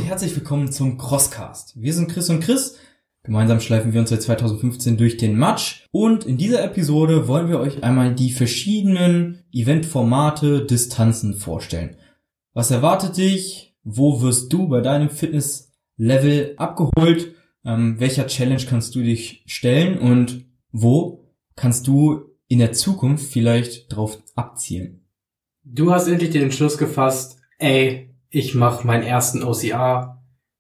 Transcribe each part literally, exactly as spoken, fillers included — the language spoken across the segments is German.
herzlich willkommen zum Crosscast. Wir sind Chris und Chris. Gemeinsam schleifen wir uns seit zweitausendfünfzehn durch den Matsch. Und in dieser Episode wollen wir euch einmal die verschiedenen Eventformate, Distanzen vorstellen. Was erwartet dich? Wo wirst du bei deinem Fitnesslevel abgeholt? Ähm, welcher Challenge kannst du dich stellen? Und wo kannst du in der Zukunft vielleicht drauf abzielen? Du hast endlich den Entschluss gefasst, ey, ich mache meinen ersten O C R.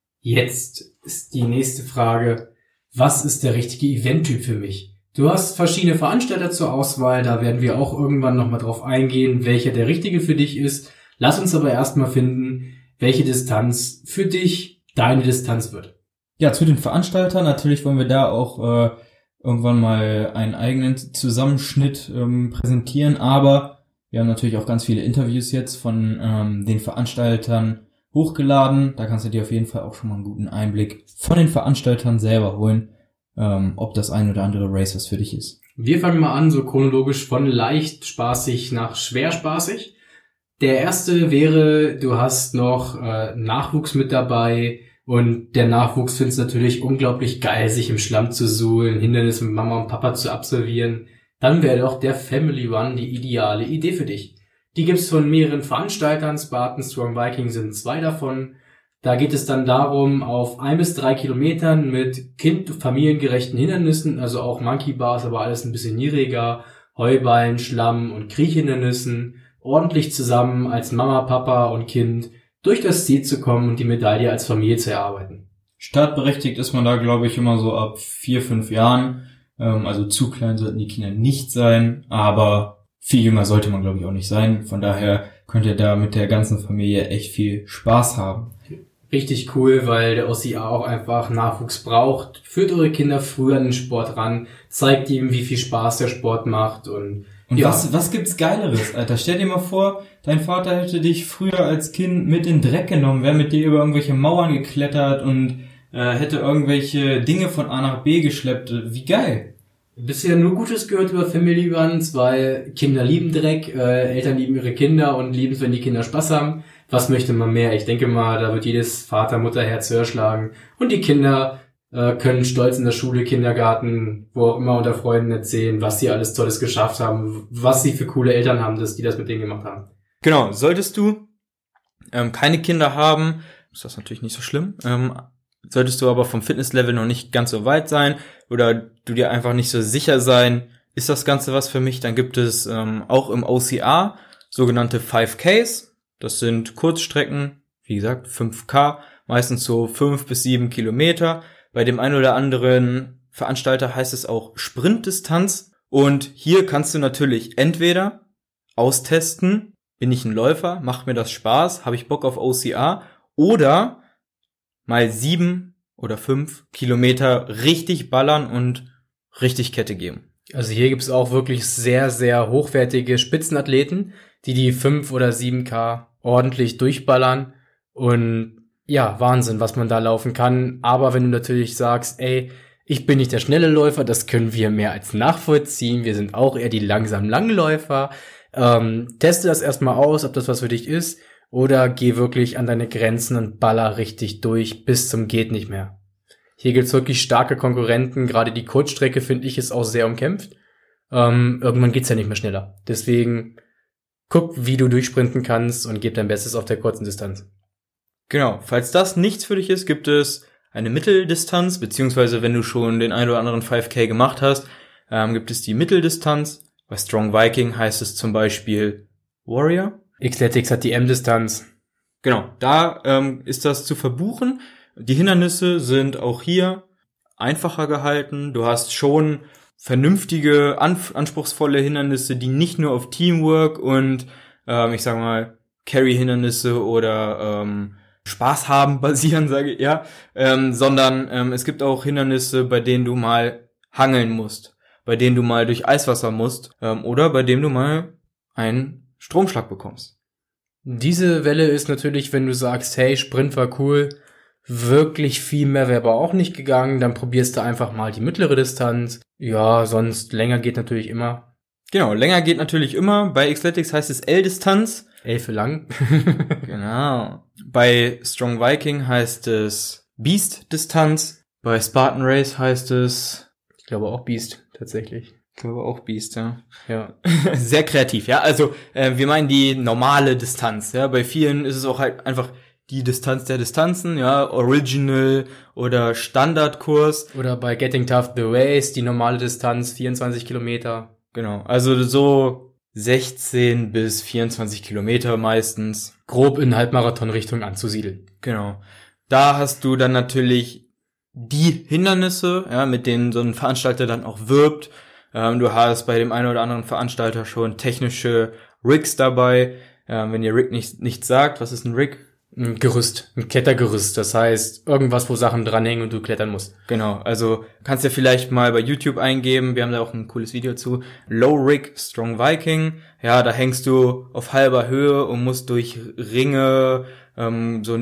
Jetzt ist die nächste Frage, was ist der richtige Eventtyp für mich? Du hast verschiedene Veranstalter zur Auswahl, da werden wir auch irgendwann nochmal drauf eingehen, welcher der richtige für dich ist. Lass uns aber erstmal finden, welche Distanz für dich deine Distanz wird. Ja, zu den Veranstaltern, natürlich wollen wir da auch äh, irgendwann mal einen eigenen Zusammenschnitt ähm, präsentieren, aber wir haben natürlich auch ganz viele Interviews jetzt von ähm, den Veranstaltern hochgeladen. Da kannst du dir auf jeden Fall auch schon mal einen guten Einblick von den Veranstaltern selber holen, ähm, ob das ein oder andere Race was für dich ist. Wir fangen mal an, so chronologisch von leicht spaßig nach schwer spaßig. Der erste wäre, du hast noch äh, Nachwuchs mit dabei und der Nachwuchs findet es natürlich unglaublich geil, sich im Schlamm zu suhlen, Hindernisse mit Mama und Papa zu absolvieren. Dann wäre doch der Family Run die ideale Idee für dich. Die gibt's von mehreren Veranstaltern, Spartan, Strong Viking sind zwei davon. Da geht es dann darum, auf ein bis drei Kilometern mit kind- familiengerechten Hindernissen, also auch Monkey Bars, aber alles ein bisschen niedriger, Heuballen, Schlamm und Kriechhindernissen, ordentlich zusammen als Mama, Papa und Kind durch das Ziel zu kommen und die Medaille als Familie zu erarbeiten. Startberechtigt ist man da, glaube ich, immer so ab vier, fünf Jahren. Also zu klein sollten die Kinder nicht sein, aber viel jünger sollte man, glaube ich, auch nicht sein. Von daher könnt ihr da mit der ganzen Familie echt viel Spaß haben. Richtig cool, weil der O C R auch einfach Nachwuchs braucht. Führt eure Kinder früher an den Sport ran, zeigt ihm, wie viel Spaß der Sport macht und Und ja. was, was gibt's Geileres, Alter? Stell dir mal vor, dein Vater hätte dich früher als Kind mit in den Dreck genommen, wäre mit dir über irgendwelche Mauern geklettert und äh, hätte irgendwelche Dinge von A nach B geschleppt. Wie geil. Bisher nur Gutes gehört über Family Runs, weil Kinder lieben Dreck, äh, Eltern lieben ihre Kinder und lieben es, wenn die Kinder Spaß haben. Was möchte man mehr? Ich denke mal, da wird jedes Vater-Mutter-Herz höher schlagen. Und die Kinder äh, können stolz in der Schule, Kindergarten, wo auch immer unter Freunden erzählen, was sie alles Tolles geschafft haben, was sie für coole Eltern haben, dass die das mit denen gemacht haben. Genau, solltest du ähm, keine Kinder haben, ist das natürlich nicht so schlimm, ähm, solltest du aber vom Fitnesslevel noch nicht ganz so weit sein oder du dir einfach nicht so sicher sein, ist das Ganze was für mich, dann gibt es ähm, auch im O C R sogenannte fünf Ks. Das sind Kurzstrecken, wie gesagt fünf K, meistens so fünf bis sieben Kilometer. Bei dem einen oder anderen Veranstalter heißt es auch Sprintdistanz. Und hier kannst du natürlich entweder austesten, bin ich ein Läufer, macht mir das Spaß, habe ich Bock auf O C R, oder mal sieben oder fünf Kilometer richtig ballern und richtig Kette geben. Also hier gibt's auch wirklich sehr, sehr hochwertige Spitzenathleten, die die fünf oder sieben K ordentlich durchballern. Und ja, Wahnsinn, was man da laufen kann. Aber wenn du natürlich sagst, ey, ich bin nicht der schnelle Läufer, das können wir mehr als nachvollziehen. Wir sind auch eher die langsam Langläufer. Ähm, teste das erstmal aus, ob das was für dich ist. Oder geh wirklich an deine Grenzen und baller richtig durch bis zum geht nicht mehr. Hier gibt's wirklich starke Konkurrenten. Gerade die Kurzstrecke, finde ich, ist auch sehr umkämpft. Ähm, irgendwann geht's ja nicht mehr schneller. Deswegen guck, wie du durchsprinten kannst und gib dein Bestes auf der kurzen Distanz. Genau, falls das nichts für dich ist, gibt es eine Mitteldistanz, beziehungsweise wenn du schon den ein oder anderen fünf K gemacht hast, ähm, gibt es die Mitteldistanz. Bei Strong Viking heißt es zum Beispiel Warrior. Xletics hat die M-Distanz. Genau, da ähm, ist das zu verbuchen. Die Hindernisse sind auch hier einfacher gehalten. Du hast schon vernünftige, anf- anspruchsvolle Hindernisse, die nicht nur auf Teamwork und, ähm, ich sag mal, Carry-Hindernisse oder ähm, Spaß haben basieren, sage ich, ja, ähm, sondern ähm, es gibt auch Hindernisse, bei denen du mal hangeln musst, bei denen du mal durch Eiswasser musst ähm, oder bei dem du mal einen Stromschlag bekommst. Diese Welle ist natürlich, wenn du sagst, hey, Sprint war cool, wirklich viel mehr wäre aber auch nicht gegangen, dann probierst du einfach mal die mittlere Distanz. Ja, sonst länger geht natürlich immer. Genau, länger geht natürlich immer. Bei Xletics heißt es L-Distanz. Elfe lang. Genau. Bei Strong Viking heißt es Beast-Distanz. Bei Spartan Race heißt es... Ich glaube auch Beast, tatsächlich. Ich glaube auch Beast, ja. Ja. Sehr kreativ, ja. Also, äh, wir meinen die normale Distanz, ja. Bei vielen ist es auch halt einfach die Distanz der Distanzen, ja. Original oder Standardkurs. Oder bei Getting Tough the Race, die normale Distanz, vierundzwanzig Kilometer. Genau. Also so sechzehn bis vierundzwanzig Kilometer meistens. Grob in Halbmarathon-Richtung anzusiedeln. Genau. Da hast du dann natürlich die Hindernisse, ja, mit denen so ein Veranstalter dann auch wirbt. Ähm, du hast bei dem einen oder anderen Veranstalter schon technische Rigs dabei. Ähm, wenn ihr Rig nicht nichts sagt, was ist ein Rig? Ein Gerüst, ein Klettergerüst. Das heißt, irgendwas, wo Sachen dranhängen und du klettern musst. Genau, also kannst ja vielleicht mal bei YouTube eingeben. Wir haben da auch ein cooles Video zu. Low Rig Strong Viking. Ja, da hängst du auf halber Höhe und musst durch Ringe, ähm, so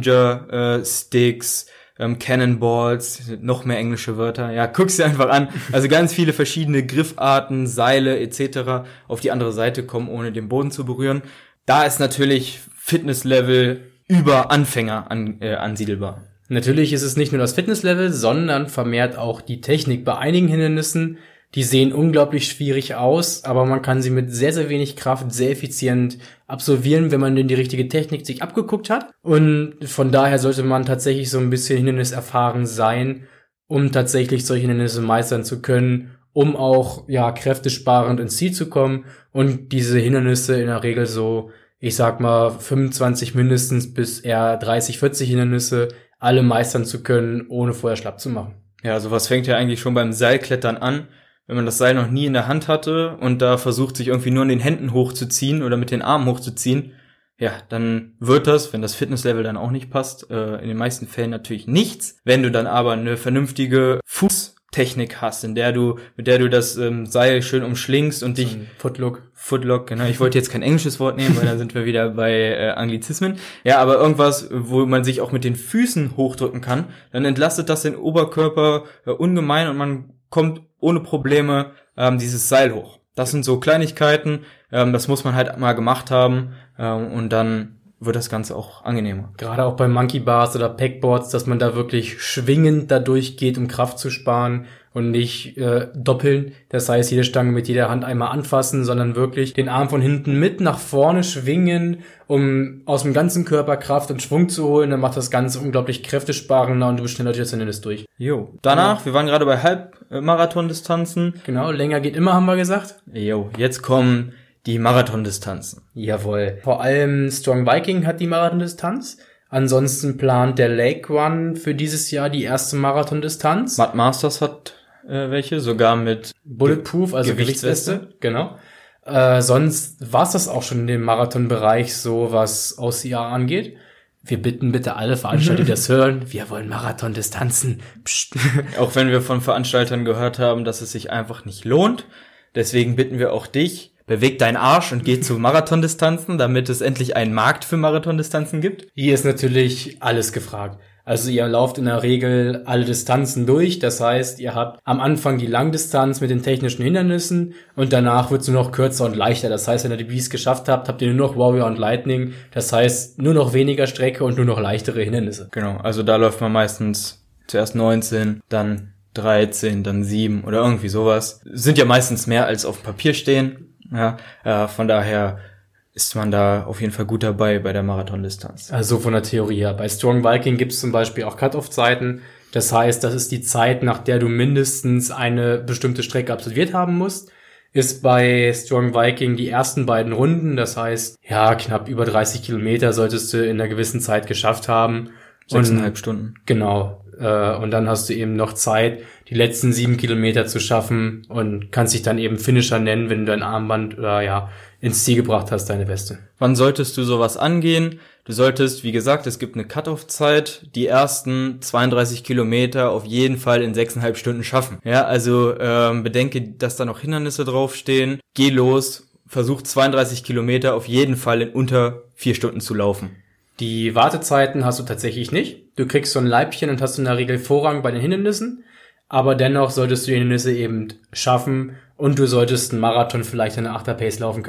Ninja-Sticks, ähm, Cannonballs, noch mehr englische Wörter. Ja, guck's dir einfach an. Also ganz viele verschiedene Griffarten, Seile et cetera auf die andere Seite kommen, ohne den Boden zu berühren. Da ist natürlich Fitnesslevel über Anfänger an, äh, ansiedelbar. Natürlich ist es nicht nur das Fitnesslevel, sondern vermehrt auch die Technik. Bei einigen Hindernissen, die sehen unglaublich schwierig aus, aber man kann sie mit sehr, sehr wenig Kraft sehr effizient absolvieren, wenn man denn die richtige Technik sich abgeguckt hat. Und von daher sollte man tatsächlich so ein bisschen hinderniserfahren sein, um tatsächlich solche Hindernisse meistern zu können, um auch ja kräftesparend ins Ziel zu kommen und diese Hindernisse in der Regel so, ich sag mal, fünfundzwanzig mindestens bis eher dreißig, vierzig Hindernisse alle meistern zu können, ohne vorher schlapp zu machen. Ja, sowas fängt ja eigentlich schon beim Seilklettern an. Wenn man das Seil noch nie in der Hand hatte und da versucht, sich irgendwie nur in den Händen hochzuziehen oder mit den Armen hochzuziehen, ja, dann wird das, wenn das Fitnesslevel dann auch nicht passt, äh, in den meisten Fällen natürlich nichts. Wenn du dann aber eine vernünftige Fußtechnik hast, in der du, mit der du das ähm, Seil schön umschlingst und So dich... ein Footlook. Footlock, genau. Ich wollte jetzt kein englisches Wort nehmen, weil dann sind wir wieder bei äh, Anglizismen. Ja, aber irgendwas, wo man sich auch mit den Füßen hochdrücken kann, dann entlastet das den Oberkörper äh, ungemein und man kommt ohne Probleme ähm, dieses Seil hoch. Das sind so Kleinigkeiten, ähm, das muss man halt mal gemacht haben ähm, und dann wird das Ganze auch angenehmer. Gerade auch bei Monkey Bars oder Packboards, dass man da wirklich schwingend da durchgeht, um Kraft zu sparen und nicht äh, doppeln. Das heißt, jede Stange mit jeder Hand einmal anfassen, sondern wirklich den Arm von hinten mit nach vorne schwingen, um aus dem ganzen Körper Kraft und Schwung zu holen. Dann macht das Ganze unglaublich kräftesparender und du bist schneller durch das Hindernis durch. Jo. Danach, ja. Wir waren gerade bei Halbmarathondistanzen. Genau, länger geht immer, haben wir gesagt. Jo, jetzt kommen die Marathondistanzen. Jawohl. Vor allem Strong Viking hat die Marathondistanz. Ansonsten plant der Lake Run für dieses Jahr die erste Marathondistanz. Mud Masters hat äh, welche, sogar mit Bulletproof, also Gewichtsweste. Gewichtsweste. Genau. Äh, sonst war's das auch schon in dem Marathonbereich, so was O C R angeht. Wir bitten bitte alle Veranstalter, die das hören, wir wollen Marathondistanzen. Psst. Auch wenn wir von Veranstaltern gehört haben, dass es sich einfach nicht lohnt. Deswegen bitten wir auch dich, beweg deinen Arsch und geh zu Marathondistanzen, damit es endlich einen Markt für Marathondistanzen gibt. Hier ist natürlich alles gefragt. Also ihr lauft in der Regel alle Distanzen durch. Das heißt, ihr habt am Anfang die Langdistanz mit den technischen Hindernissen und danach wird es nur noch kürzer und leichter. Das heißt, wenn ihr die Beast geschafft habt, habt ihr nur noch Warrior und Lightning. Das heißt, nur noch weniger Strecke und nur noch leichtere Hindernisse. Genau, also da läuft man meistens zuerst neunzehn, dann dreizehn, dann sieben oder irgendwie sowas. Sind ja meistens mehr als auf dem Papier stehen. Ja, äh, von daher ist man da auf jeden Fall gut dabei bei der Marathondistanz. Also von der Theorie her. Bei Strong Viking gibt es zum Beispiel auch Cut-Off-Zeiten. Das heißt, das ist die Zeit, nach der du mindestens eine bestimmte Strecke absolviert haben musst. Ist bei Strong Viking die ersten beiden Runden. Das heißt, ja, knapp über dreißig Kilometer solltest du in einer gewissen Zeit geschafft haben. Sechseinhalb Stunden. Genau. Und dann hast du eben noch Zeit, die letzten sieben Kilometer zu schaffen und kannst dich dann eben Finisher nennen, wenn du dein Armband oder ja ins Ziel gebracht hast, deine Weste. Wann solltest du sowas angehen? Du solltest, wie gesagt, es gibt eine Cut-Off-Zeit, die ersten zweiunddreißig Kilometer auf jeden Fall in sechseinhalb Stunden schaffen. Ja, also ähm, bedenke, dass da noch Hindernisse draufstehen. Geh los, versuch zweiunddreißig Kilometer auf jeden Fall in unter vier Stunden zu laufen. Die Wartezeiten hast du tatsächlich nicht. Du kriegst so ein Leibchen und hast in der Regel Vorrang bei den Hindernissen. Aber dennoch solltest du die Hindernisse eben schaffen und du solltest einen Marathon vielleicht in einer Achter Pace laufen können.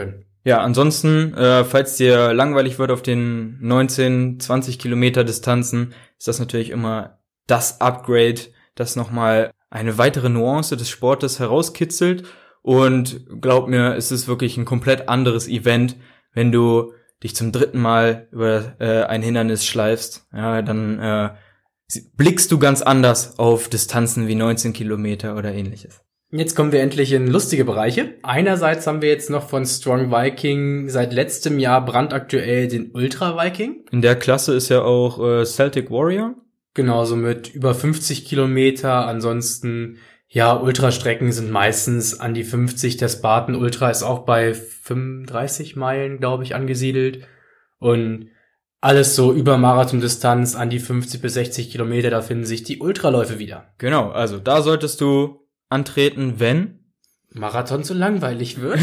Ja, ansonsten, äh, falls dir langweilig wird auf den neunzehn, zwanzig Kilometer Distanzen, ist das natürlich immer das Upgrade, das nochmal eine weitere Nuance des Sportes herauskitzelt. Und glaub mir, es ist wirklich ein komplett anderes Event, wenn du dich zum dritten Mal über äh, ein Hindernis schleifst. Ja, dann äh, blickst du ganz anders auf Distanzen wie neunzehn Kilometer oder ähnliches. Jetzt kommen wir endlich in lustige Bereiche. Einerseits haben wir jetzt noch von Strong Viking seit letztem Jahr brandaktuell den Ultra Viking. In der Klasse ist ja auch äh, Celtic Warrior. Genauso mit über fünfzig Kilometer. Ansonsten, ja, Ultrastrecken sind meistens an die fünfzig. Der Spartan Ultra ist auch bei fünfunddreißig Meilen, glaube ich, angesiedelt. Und alles so über Marathondistanz an die fünfzig bis sechzig Kilometer, da finden sich die Ultraläufe wieder. Genau, also da solltest du antreten, wenn Marathon zu langweilig wird.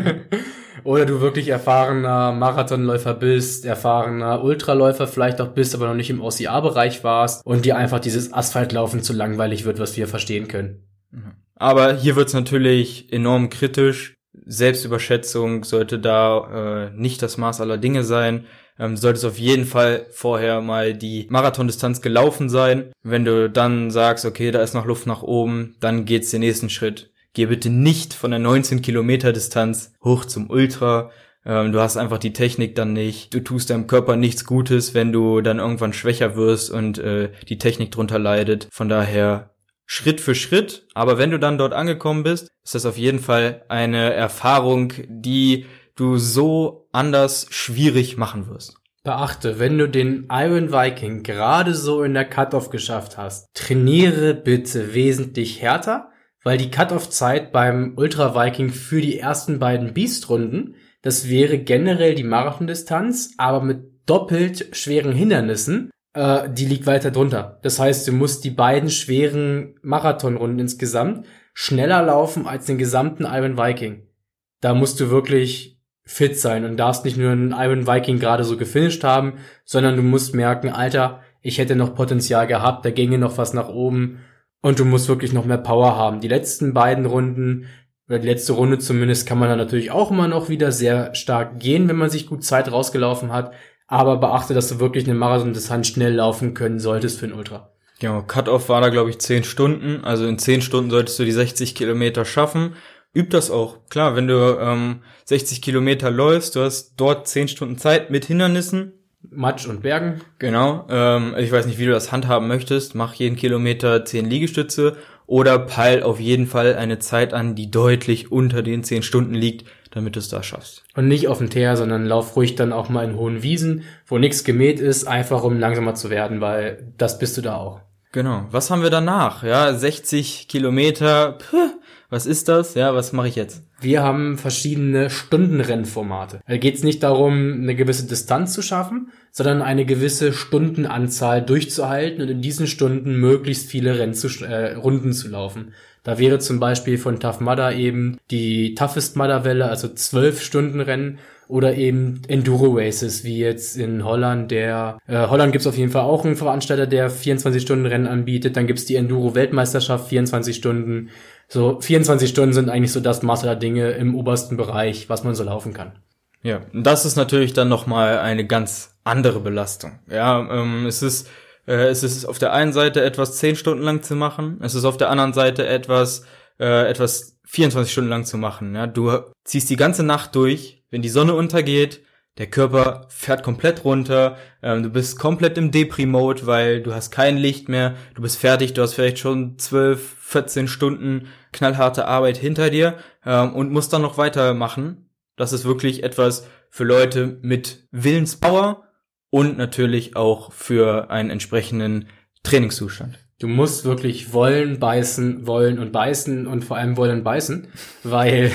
Oder du wirklich erfahrener Marathonläufer bist, erfahrener Ultraläufer vielleicht auch bist, aber noch nicht im O C A-Bereich warst und dir einfach dieses Asphaltlaufen zu langweilig wird, was wir verstehen können. Aber hier wird's natürlich enorm kritisch. Selbstüberschätzung sollte da äh, nicht das Maß aller Dinge sein. Ähm, du solltest auf jeden Fall vorher mal die Marathondistanz gelaufen sein. Wenn du dann sagst, okay, da ist noch Luft nach oben, dann geht's den nächsten Schritt. Geh bitte nicht von der neunzehn Kilometer Distanz hoch zum Ultra. Ähm, du hast einfach die Technik dann nicht. Du tust deinem Körper nichts Gutes, wenn du dann irgendwann schwächer wirst und äh, die Technik drunter leidet. Von daher Schritt für Schritt. Aber wenn du dann dort angekommen bist, ist das auf jeden Fall eine Erfahrung, die du so anders schwierig machen wirst. Beachte, wenn du den Iron Viking gerade so in der Cut-Off geschafft hast, trainiere bitte wesentlich härter, weil die Cut-Off-Zeit beim Ultra Viking für die ersten beiden Beast-Runden, das wäre generell die Marathondistanz, aber mit doppelt schweren Hindernissen, äh, die liegt weiter drunter. Das heißt, du musst die beiden schweren Marathonrunden insgesamt schneller laufen als den gesamten Iron Viking. Da musst du wirklich fit sein und darfst nicht nur einen Iron Viking gerade so gefinisht haben, sondern du musst merken, Alter, ich hätte noch Potenzial gehabt, da ginge noch was nach oben und du musst wirklich noch mehr Power haben. Die letzten beiden Runden, oder die letzte Runde zumindest, kann man dann natürlich auch immer noch wieder sehr stark gehen, wenn man sich gut Zeit rausgelaufen hat, aber beachte, dass du wirklich eine Marathon-Distanz schnell laufen können solltest für einen Ultra. Ja, Cut-Off war da, glaube ich, zehn Stunden, also in zehn Stunden solltest du die sechzig Kilometer schaffen. Üb das auch. Klar, wenn du ähm, sechzig Kilometer läufst, du hast dort zehn Stunden Zeit mit Hindernissen. Matsch und Bergen. Genau. Ähm, ich weiß nicht, wie du das handhaben möchtest. Mach jeden Kilometer zehn Liegestütze oder peil auf jeden Fall eine Zeit an, die deutlich unter den zehn Stunden liegt, damit du es da schaffst. Und nicht auf dem Teer, sondern lauf ruhig dann auch mal in hohen Wiesen, wo nichts gemäht ist, einfach um langsamer zu werden, weil das bist du da auch. Genau. Was haben wir danach? Ja, sechzig Kilometer. Puh. Was ist das? Ja, was mache ich jetzt? Wir haben verschiedene Stundenrennformate. Da geht es nicht darum, eine gewisse Distanz zu schaffen, sondern eine gewisse Stundenanzahl durchzuhalten und in diesen Stunden möglichst viele Rennen zu, äh, Runden zu laufen. Da wäre zum Beispiel von Tough Mudder eben die Toughest Mudder Welle, also zwölf Stunden Rennen, oder eben Enduro Races, wie jetzt in Holland. Der äh, Holland gibt's auf jeden Fall auch einen Veranstalter, der vierundzwanzig Stunden Rennen anbietet. Dann gibt's die Enduro Weltmeisterschaft, vierundzwanzig Stunden. So vierundzwanzig Stunden sind eigentlich so das Maß aller Dinge im obersten Bereich, was man so laufen kann. Ja, und das ist natürlich dann nochmal eine ganz andere Belastung. Ja, ähm, es ist äh, es ist auf der einen Seite etwas zehn Stunden lang zu machen, es ist auf der anderen Seite etwas äh, etwas vierundzwanzig Stunden lang zu machen. Ja, du ziehst die ganze Nacht durch, wenn die Sonne untergeht, der Körper fährt komplett runter, ähm, du bist komplett im Depri-Mode, weil du hast kein Licht mehr, du bist fertig, du hast vielleicht schon zwölf, vierzehn Stunden knallharte Arbeit hinter dir ähm, und musst dann noch weitermachen. Das ist wirklich etwas für Leute mit Willenspower und natürlich auch für einen entsprechenden Trainingszustand. Du musst wirklich wollen, beißen, wollen und beißen und vor allem wollen beißen, weil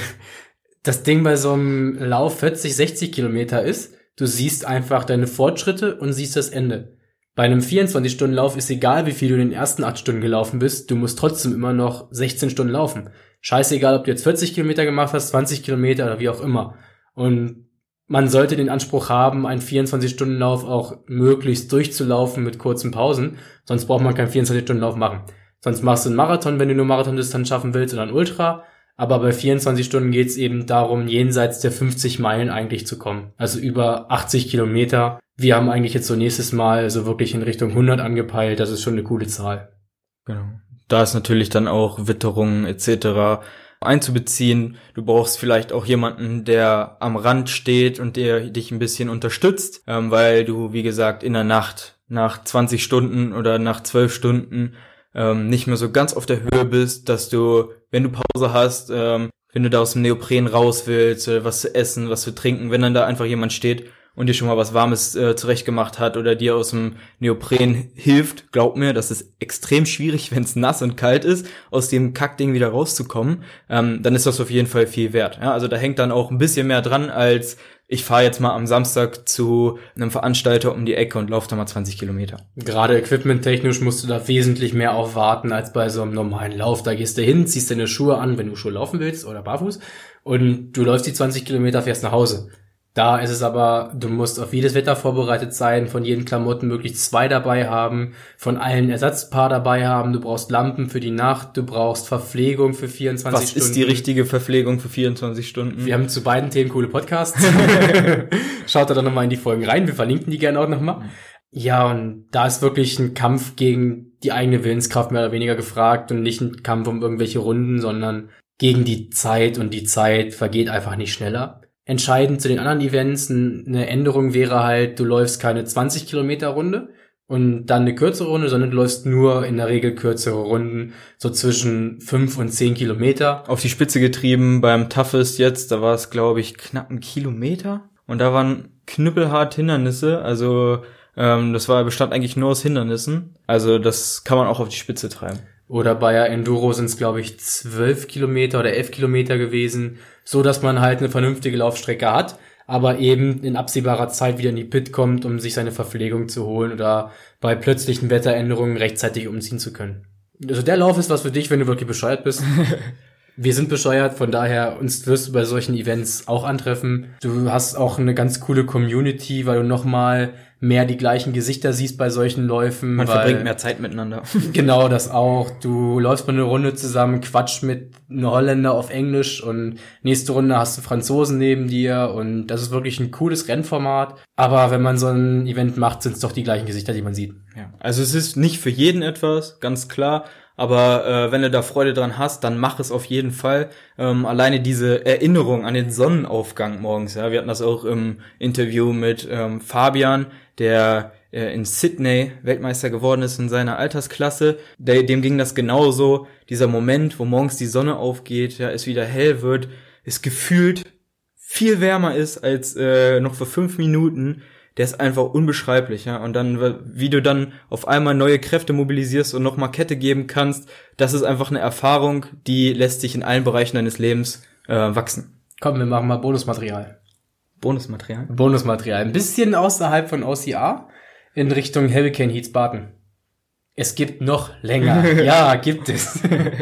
das Ding bei so einem Lauf vierzig, sechzig Kilometer ist, du siehst einfach deine Fortschritte und siehst das Ende. Bei einem vierundzwanzig-Stunden-Lauf ist egal, wie viel du in den ersten acht Stunden gelaufen bist, du musst trotzdem immer noch sechzehn Stunden laufen. Scheißegal, ob du jetzt vierzig Kilometer gemacht hast, zwanzig Kilometer oder wie auch immer. Und man sollte den Anspruch haben, einen vierundzwanzig-Stunden-Lauf auch möglichst durchzulaufen mit kurzen Pausen, sonst braucht man keinen vierundzwanzig-Stunden-Lauf machen. Sonst machst du einen Marathon, wenn du nur Marathondistanz schaffen willst, oder einen Ultra. Aber bei vierundzwanzig Stunden geht's eben darum, jenseits der fünfzig Meilen eigentlich zu kommen. Also über achtzig Kilometer. Wir haben eigentlich jetzt so nächstes Mal so wirklich in Richtung hundert angepeilt. Das ist schon eine coole Zahl. Genau. Da ist natürlich dann auch Witterung et cetera einzubeziehen. Du brauchst vielleicht auch jemanden, der am Rand steht und der dich ein bisschen unterstützt, ähm, weil du, wie gesagt, in der Nacht nach zwanzig Stunden oder nach zwölf Stunden ähm, nicht mehr so ganz auf der Höhe bist, dass du, wenn du Pause hast, ähm, wenn du da aus dem Neopren raus willst, äh, was zu essen, was zu trinken, wenn dann da einfach jemand steht und dir schon mal was Warmes äh, zurechtgemacht hat oder dir aus dem Neopren hilft, glaub mir, das ist extrem schwierig, wenn es nass und kalt ist, aus dem Kackding wieder rauszukommen, ähm, dann ist das auf jeden Fall viel wert. Ja, also da hängt dann auch ein bisschen mehr dran, als ich fahre jetzt mal am Samstag zu einem Veranstalter um die Ecke und laufe da mal zwanzig Kilometer. Gerade equipmenttechnisch musst du da wesentlich mehr aufwarten als bei so einem normalen Lauf. Da gehst du hin, ziehst deine Schuhe an, wenn du Schuhe laufen willst oder barfuß, und du läufst die zwanzig Kilometer, fährst nach Hause. Da ist es aber, du musst auf jedes Wetter vorbereitet sein, von jeden Klamotten möglichst zwei dabei haben, von allen Ersatzpaar dabei haben, du brauchst Lampen für die Nacht, du brauchst Verpflegung für vierundzwanzig Stunden. Was ist die richtige Verpflegung für vierundzwanzig Stunden? Wir haben zu beiden Themen coole Podcasts. Schaut da doch nochmal in die Folgen rein, wir verlinken die gerne auch nochmal. Ja, und da ist wirklich ein Kampf gegen die eigene Willenskraft mehr oder weniger gefragt und nicht ein Kampf um irgendwelche Runden, sondern gegen die Zeit, und die Zeit vergeht einfach nicht schneller. Entscheidend zu den anderen Events, eine Änderung wäre halt, du läufst keine zwanzig Kilometer Runde und dann eine kürzere Runde, sondern du läufst nur in der Regel kürzere Runden, so zwischen fünf und zehn Kilometer. Auf die Spitze getrieben beim Toughest jetzt, da war es, glaube ich, knapp ein Kilometer und da waren knüppelhart Hindernisse, also ähm, das war bestand eigentlich nur aus Hindernissen, also das kann man auch auf die Spitze treiben. Oder bei der Enduro sind es, glaube ich, zwölf Kilometer oder elf Kilometer gewesen, so dass man halt eine vernünftige Laufstrecke hat, aber eben in absehbarer Zeit wieder in die Pit kommt, um sich seine Verpflegung zu holen oder bei plötzlichen Wetteränderungen rechtzeitig umziehen zu können. Also der Lauf ist was für dich, wenn du wirklich bescheuert bist. Wir sind bescheuert, von daher uns wirst du bei solchen Events auch antreffen. Du hast auch eine ganz coole Community, weil du nochmal mehr die gleichen Gesichter siehst bei solchen Läufen. Man weil, verbringt mehr Zeit miteinander. Genau, das auch. Du läufst mal eine Runde zusammen, quatsch mit einem Holländer auf Englisch und nächste Runde hast du Franzosen neben dir und das ist wirklich ein cooles Rennformat. Aber wenn man so ein Event macht, sind es doch die gleichen Gesichter, die man sieht. Ja. Also es ist nicht für jeden etwas, ganz klar. Aber äh, wenn du da Freude dran hast, dann mach es auf jeden Fall. Ähm, alleine diese Erinnerung an den Sonnenaufgang morgens. Ja, wir hatten das auch im Interview mit ähm, Fabian, der äh, in Sydney Weltmeister geworden ist in seiner Altersklasse. Der, dem ging das genauso. Dieser Moment, wo morgens die Sonne aufgeht, ja, es wieder hell wird, es gefühlt viel wärmer ist als äh, noch vor fünf Minuten. Der ist einfach unbeschreiblich, ja. Und dann, wie du dann auf einmal neue Kräfte mobilisierst und nochmal Kette geben kannst, das ist einfach eine Erfahrung, die lässt sich in allen Bereichen deines Lebens äh, wachsen. Komm, wir machen mal Bonusmaterial. Bonusmaterial? Bonusmaterial. Ein bisschen außerhalb von O C R in Richtung Hurricane Heat Spartan. Es gibt noch länger. Ja, gibt es.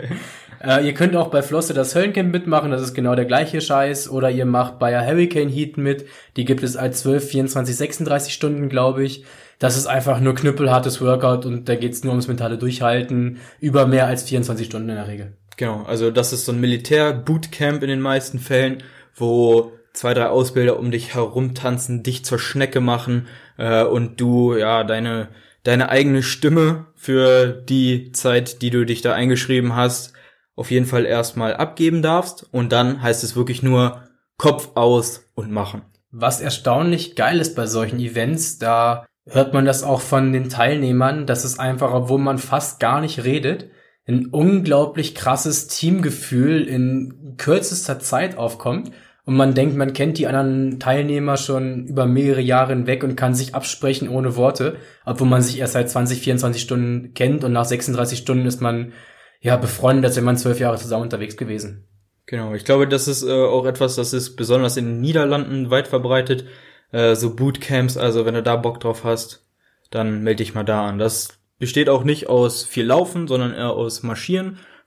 Äh, ihr könnt auch bei Flosse das Höllencamp mitmachen, das ist genau der gleiche Scheiß. Oder ihr macht bei der Hurricane Heat mit, die gibt es als zwölf, vierundzwanzig, sechsunddreißig Stunden, glaube ich. Das ist einfach nur knüppelhartes Workout und da geht's nur ums mentale Durchhalten über mehr als vierundzwanzig Stunden in der Regel. Genau, also das ist so ein Militär-Bootcamp in den meisten Fällen, wo zwei, drei Ausbilder um dich herumtanzen, dich zur Schnecke machen äh, und du ja deine deine eigene Stimme für die Zeit, die du dich da eingeschrieben hast, auf jeden Fall erstmal abgeben darfst und dann heißt es wirklich nur Kopf aus und machen. Was erstaunlich geil ist bei solchen Events, da hört man das auch von den Teilnehmern, dass es einfach, obwohl man fast gar nicht redet, ein unglaublich krasses Teamgefühl in kürzester Zeit aufkommt und man denkt, man kennt die anderen Teilnehmer schon über mehrere Jahre hinweg und kann sich absprechen ohne Worte, obwohl man sich erst seit zwanzig, vierundzwanzig Stunden kennt und nach sechsunddreißig Stunden ist man ja befreundet, als wäre man zwölf Jahre zusammen unterwegs gewesen. Genau, ich glaube, das ist äh, auch etwas, das ist besonders in den Niederlanden weit verbreitet, äh, so Bootcamps, also wenn du da Bock drauf hast, dann melde dich mal da an. Das besteht auch nicht aus viel Laufen, sondern eher aus Marschieren,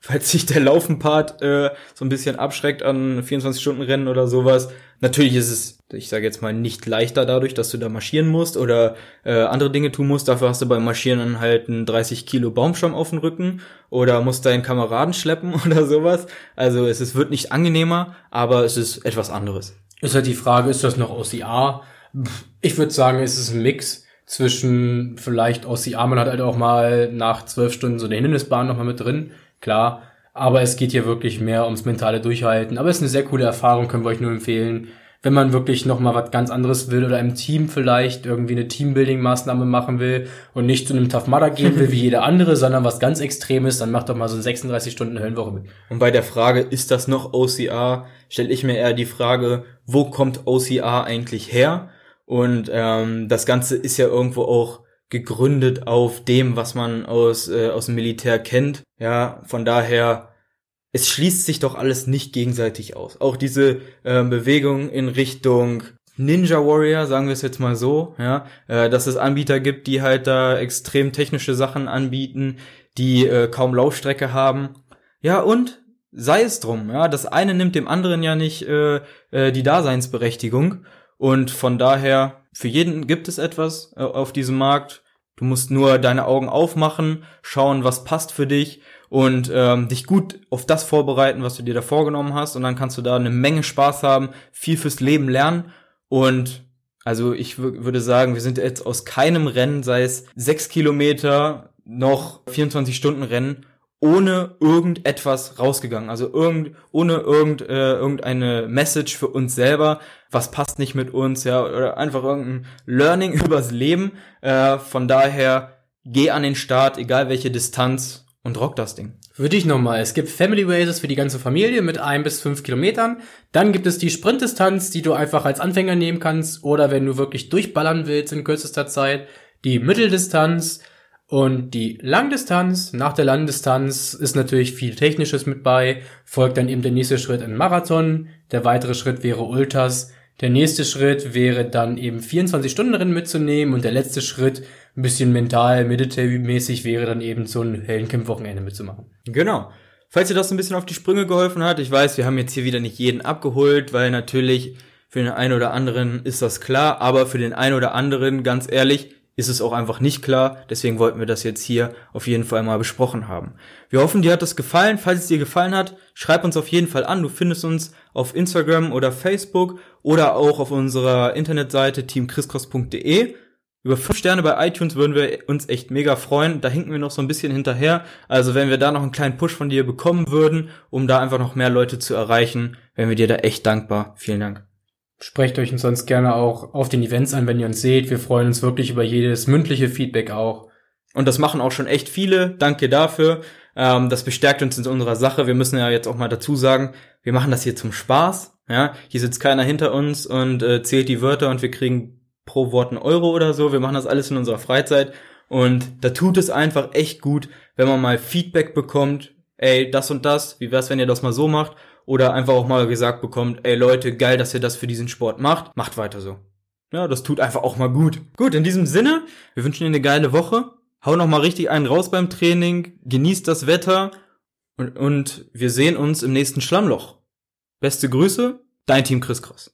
falls sich der Laufenpart äh, so ein bisschen abschreckt an vierundzwanzig-Stunden-Rennen oder sowas. Natürlich ist es, ich sage jetzt mal, nicht leichter dadurch, dass du da marschieren musst oder äh, andere Dinge tun musst. Dafür hast du beim Marschieren dann halt einen dreißig Kilo Baumstamm auf dem Rücken oder musst deinen Kameraden schleppen oder sowas. Also es ist, wird nicht angenehmer, aber es ist etwas anderes. Ist halt die Frage, ist das noch O C A? Ich würde sagen, es ist ein Mix zwischen vielleicht O C A, man hat halt auch mal nach zwölf Stunden so eine Hindernisbahn nochmal mit drin, klar, aber es geht hier wirklich mehr ums mentale Durchhalten, aber es ist eine sehr coole Erfahrung, können wir euch nur empfehlen, wenn man wirklich nochmal was ganz anderes will oder im Team vielleicht irgendwie eine Teambuilding-Maßnahme machen will und nicht zu einem Tough Mudder gehen will wie jeder andere, sondern was ganz Extremes, dann macht doch mal so eine sechsunddreißig Stunden Höllenwoche mit. Und bei der Frage, ist das noch O C A, stelle ich mir eher die Frage, wo kommt O C A eigentlich her? Und ähm, das Ganze ist ja irgendwo auch gegründet auf dem, was man aus äh, aus dem Militär kennt. Ja, von daher, es schließt sich doch alles nicht gegenseitig aus. Auch diese äh, Bewegung in Richtung Ninja Warrior, sagen wir es jetzt mal so, ja, äh, dass es Anbieter gibt, die halt da extrem technische Sachen anbieten, die äh, kaum Laufstrecke haben. Ja, und sei es drum, ja, das eine nimmt dem anderen ja nicht äh, äh, die Daseinsberechtigung. Und von daher, für jeden gibt es etwas äh, auf diesem Markt. Du musst nur deine Augen aufmachen, schauen, was passt für dich und ähm, dich gut auf das vorbereiten, was du dir da vorgenommen hast. Und dann kannst du da eine Menge Spaß haben, viel fürs Leben lernen. Und also ich w- würde sagen, wir sind jetzt aus keinem Rennen, sei es sechs Kilometer, noch vierundzwanzig-Stunden-Rennen, ohne irgendetwas rausgegangen. Also irgend, ohne irgend, äh, irgendeine Message für uns selber, was passt nicht mit uns, ja, oder einfach irgendein Learning übers Leben. Äh, von daher, geh an den Start, egal welche Distanz, und rock das Ding. Würde ich nochmal. Es gibt Family Races für die ganze Familie mit ein bis fünf Kilometern. Dann gibt es die Sprintdistanz, die du einfach als Anfänger nehmen kannst. Oder wenn du wirklich durchballern willst in kürzester Zeit, die Mitteldistanz. Und die Langdistanz, nach der Langdistanz ist natürlich viel Technisches mit bei, folgt dann eben der nächste Schritt ein Marathon, der weitere Schritt wäre Ultras, der nächste Schritt wäre dann eben vierundzwanzig-Stunden-Rennen mitzunehmen und der letzte Schritt, ein bisschen mental, military-mäßig, wäre dann eben so ein Heldencamp-Wochenende mitzumachen. Genau. Falls dir das ein bisschen auf die Sprünge geholfen hat, ich weiß, wir haben jetzt hier wieder nicht jeden abgeholt, weil natürlich für den einen oder anderen ist das klar, aber für den einen oder anderen, ganz ehrlich, ist es auch einfach nicht klar. Deswegen wollten wir das jetzt hier auf jeden Fall mal besprochen haben. Wir hoffen, dir hat das gefallen. Falls es dir gefallen hat, schreib uns auf jeden Fall an. Du findest uns auf Instagram oder Facebook oder auch auf unserer Internetseite team chriscross punkt de. Über fünf Sterne bei iTunes würden wir uns echt mega freuen. Da hinken wir noch so ein bisschen hinterher. Also wenn wir da noch einen kleinen Push von dir bekommen würden, um da einfach noch mehr Leute zu erreichen, wären wir dir da echt dankbar. Vielen Dank. Sprecht euch uns sonst gerne auch auf den Events an, wenn ihr uns seht. Wir freuen uns wirklich über jedes mündliche Feedback auch. Und das machen auch schon echt viele. Danke dafür. Ähm, das bestärkt uns in unserer Sache. Wir müssen ja jetzt auch mal dazu sagen, wir machen das hier zum Spaß. Ja, hier sitzt keiner hinter uns und äh, zählt die Wörter und wir kriegen pro Wort einen Euro oder so. Wir machen das alles in unserer Freizeit. Und da tut es einfach echt gut, wenn man mal Feedback bekommt. Ey, das und das. Wie wär's, wenn ihr das mal so macht? Oder einfach auch mal gesagt bekommt, ey Leute, geil, dass ihr das für diesen Sport macht. Macht weiter so. Ja, das tut einfach auch mal gut. Gut, in diesem Sinne, wir wünschen dir eine geile Woche. Hau noch mal richtig einen raus beim Training. Genießt das Wetter. Und, und wir sehen uns im nächsten Schlammloch. Beste Grüße, dein Team Chriscross.